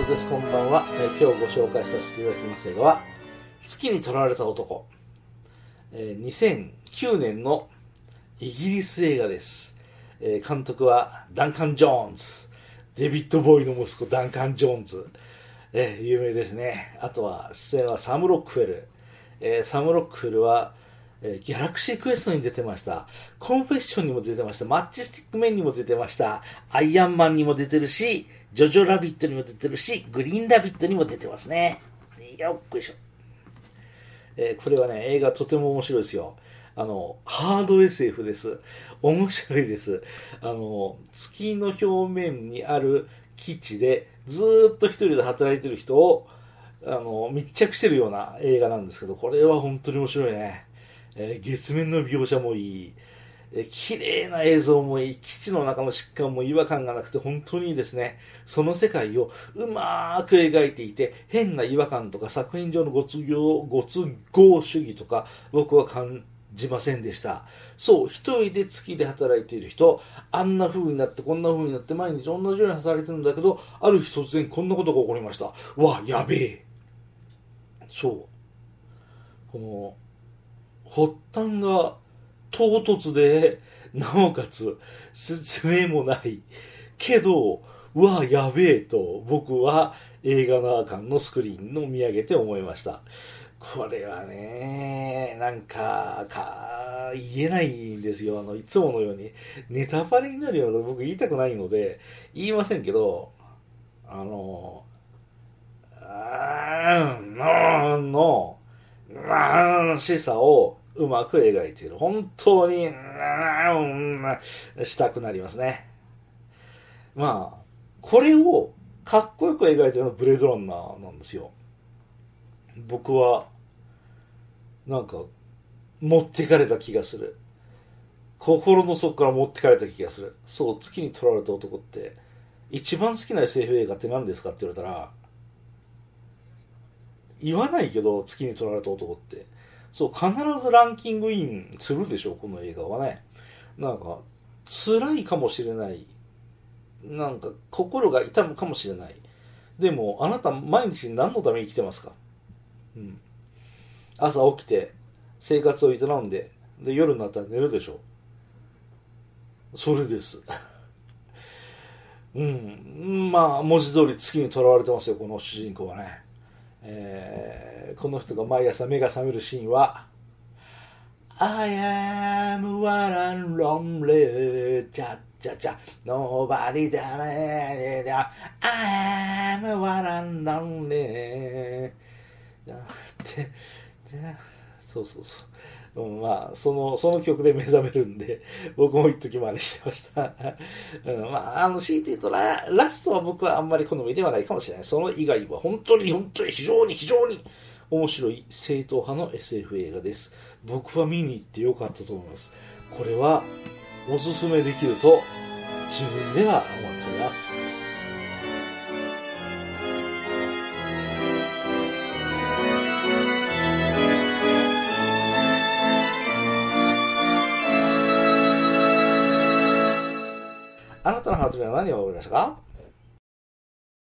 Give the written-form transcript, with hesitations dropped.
藤です。こんばんは。今日ご紹介させていただきます映画は月に囚われた男、2009年のイギリス映画です。監督はダンカン・ジョーンズ、デビッド・ボーイの息子ダンカン・ジョーンズ、有名ですね。あとは出演はサム・ロックフェル、サム・ロックフェルはギャラクシークエストに出てました。コンフェッションにも出てました。マッチスティックメンにも出てました。アイアンマンにも出てるし、ジョジョラビットにも出てるし、グリーンラビットにも出てますね。よっこいしょ。これはね、映画とても面白いですよ。ハード SF です。面白いです。月の表面にある基地でずーっと一人で働いてる人を密着してるような映画なんですけど、これは本当に面白いね。月面の描写もいい、綺麗な映像もいい、基地の中の疾患も違和感がなくて本当にいいですね。その世界をうまーく描いていて、変な違和感とか作品上のご都合主義とか僕は感じませんでした。そう、一人で月で働いている人、あんな風になってこんな風になって毎日同じように働いてるんだけど、ある日突然こんなことが起こりました。わ、やべえ。そう。この発端が唐突で、なおかつ説明もないけど、うわやべえと僕は映画の館のスクリーンを見上げて思いました。これはね、言えないんですよ。いつものようにネタバレになるような僕言いたくないので言いませんけど、示唆をうまく描いている。本当に、したくなりますね。まあ、これをかっこよく描いてるのはブレードランナーなんですよ。僕は、なんか、持ってかれた気がする。心の底から持ってかれた気がする。そう、月に囚われた男って、一番好きな SF 映画って何ですかって言われたら、言わないけど、月に囚われた男って。そう、必ずランキングインするでしょ、この映画はね。なんか、辛いかもしれない。なんか、心が痛むかもしれない。でも、あなた毎日何のために生きてますか？うん。朝起きて、生活を営んで、で、夜になったら寝るでしょ。それです。うん。まあ、文字通り月に囚われてますよ、この主人公はね。この人が毎朝目が覚めるシーンは、I am what I'm lonely, ちゃっちゃちゃ、nobody da da da, I am what I'm lonely. ってそうそうそう。まあ、その曲で目覚めるんで、僕も一時真似してました。まあ、強いて言うとラストは僕はあんまり好みではないかもしれない。その以外は本当に非常に面白い正統派の SF 映画です。僕は見に行ってよかったと思います。これはおすすめできると自分では思っております。あなたのハートには何が起こりましたか？